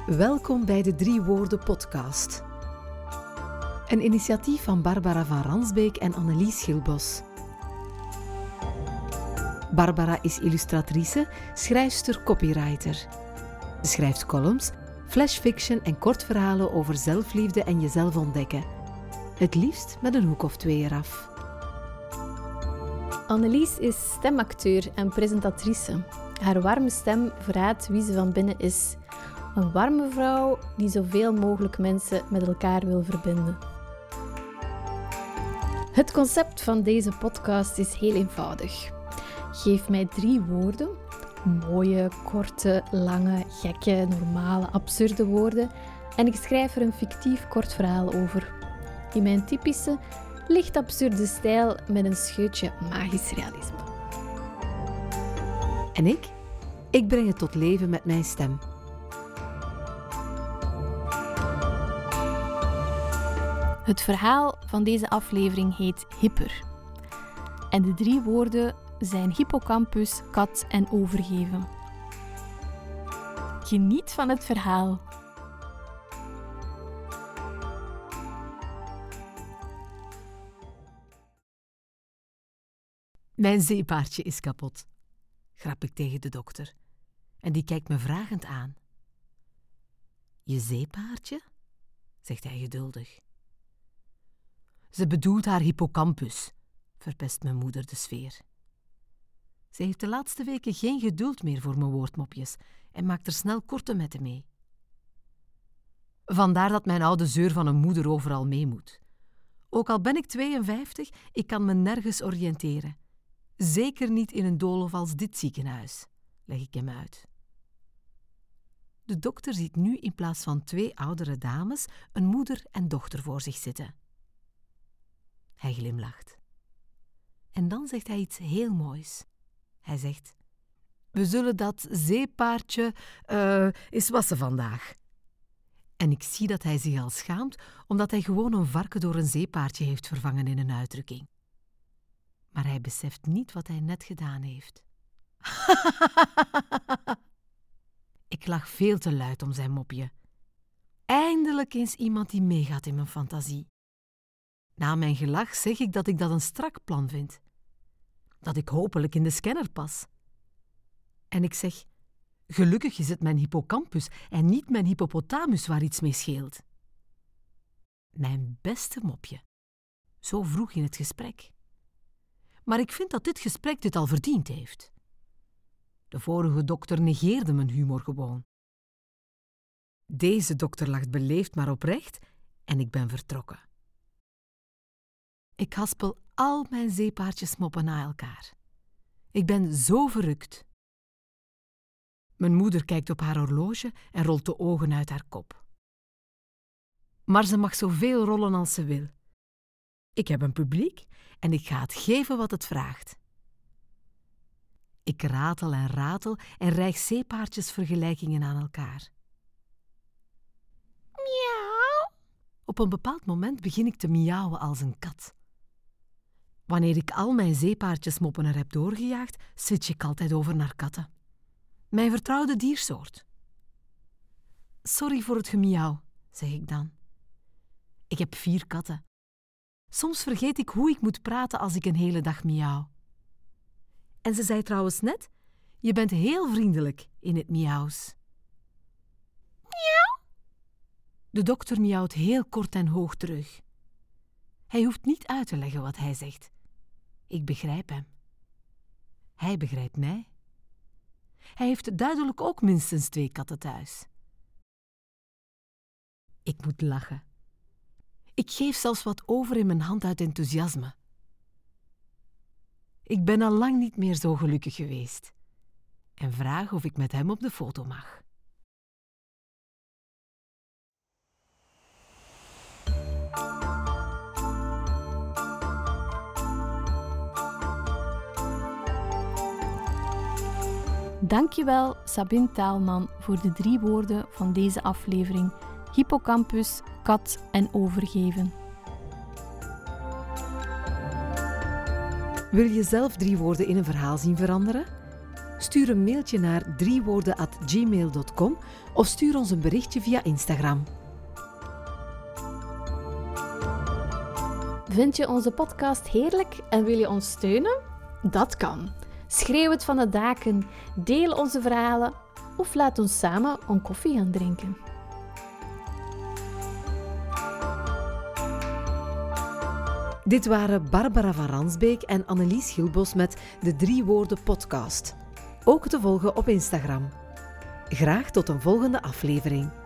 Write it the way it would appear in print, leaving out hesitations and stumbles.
Welkom bij de 3 Woorden podcast. Een initiatief van Barbara van Ransbeek en Annelies Schilbos. Barbara is illustratrice, schrijfster, copywriter. Ze schrijft columns, flashfiction en kortverhalen over zelfliefde en jezelf ontdekken. Het liefst met een hoek of 2 eraf. Annelies is stemacteur en presentatrice. Haar warme stem verraadt wie ze van binnen is. Een warme vrouw die zoveel mogelijk mensen met elkaar wil verbinden. Het concept van deze podcast is heel eenvoudig. Geef mij 3 woorden. Mooie, korte, lange, gekke, normale, absurde woorden. En ik schrijf er een fictief kort verhaal over. In mijn typische, licht absurde stijl met een scheutje magisch realisme. En ik breng het tot leven met mijn stem. Het verhaal van deze aflevering heet Hyper. En de 3 woorden zijn hippocampus, kat en overgeven. Geniet van het verhaal. Mijn zeepaardje is kapot, grap ik tegen de dokter. En die kijkt me vragend aan. Je zeepaardje? Zegt hij geduldig. Ze bedoelt haar hippocampus, verpest mijn moeder de sfeer. Ze heeft de laatste weken geen geduld meer voor mijn woordmopjes en maakt er snel korte metten mee. Vandaar dat mijn oude zeur van een moeder overal mee moet. Ook al ben ik 52, ik kan me nergens oriënteren. Zeker niet in een doolhof als dit ziekenhuis, leg ik hem uit. De dokter ziet nu in plaats van 2 oudere dames een moeder en dochter voor zich zitten. Hij glimlacht. En dan zegt hij iets heel moois. Hij zegt: we zullen dat zeepaardje eens wassen vandaag. En ik zie dat hij zich al schaamt, omdat hij gewoon een varken door een zeepaardje heeft vervangen in een uitdrukking. Maar hij beseft niet wat hij net gedaan heeft. Ik lach veel te luid om zijn mopje. Eindelijk eens iemand die meegaat in mijn fantasie. Na mijn gelach zeg ik dat een strak plan vind. Dat ik hopelijk in de scanner pas. En ik zeg: gelukkig is het mijn hippocampus en niet mijn hippopotamus waar iets mee scheelt. Mijn beste mopje. Zo vroeg in het gesprek. Maar ik vind dat dit gesprek dit al verdiend heeft. De vorige dokter negeerde mijn humor gewoon. Deze dokter lacht beleefd maar oprecht en ik ben vertrokken. Ik haspel al mijn zeepaardjesmoppen na elkaar. Ik ben zo verrukt. Mijn moeder kijkt op haar horloge en rolt de ogen uit haar kop. Maar ze mag zoveel rollen als ze wil. Ik heb een publiek en ik ga het geven wat het vraagt. Ik ratel en rijg zeepaardjesvergelijkingen aan elkaar. Miauw. Op een bepaald moment begin ik te miauwen als een kat. Wanneer ik al mijn zeepaardjesmoppen er heb doorgejaagd, switch ik altijd over naar katten. Mijn vertrouwde diersoort. Sorry voor het gemiauw, zeg ik dan. Ik heb 4 katten. Soms vergeet ik hoe ik moet praten als ik een hele dag miauw. En ze zei trouwens net: je bent heel vriendelijk in het miauws. Miauw. De dokter miauwt heel kort en hoog terug. Hij hoeft niet uit te leggen wat hij zegt. Ik begrijp hem. Hij begrijpt mij. Hij heeft duidelijk ook minstens 2 katten thuis. Ik moet lachen. Ik geef zelfs wat over in mijn hand uit enthousiasme. Ik ben al lang niet meer zo gelukkig geweest en vraag of ik met hem op de foto mag. Dankjewel Sabine Taalman voor de 3 woorden van deze aflevering: hippocampus, kat en overgeven. Wil je zelf 3 woorden in een verhaal zien veranderen? Stuur een mailtje naar 3woorden@gmail.com of stuur ons een berichtje via Instagram. Vind je onze podcast heerlijk en wil je ons steunen? Dat kan. Schreeuw het van de daken, deel onze verhalen of laat ons samen een koffie gaan drinken. Dit waren Barbara van Ransbeek en Annelies Gilbos met de 3 Woorden podcast. Ook te volgen op Instagram. Graag tot een volgende aflevering.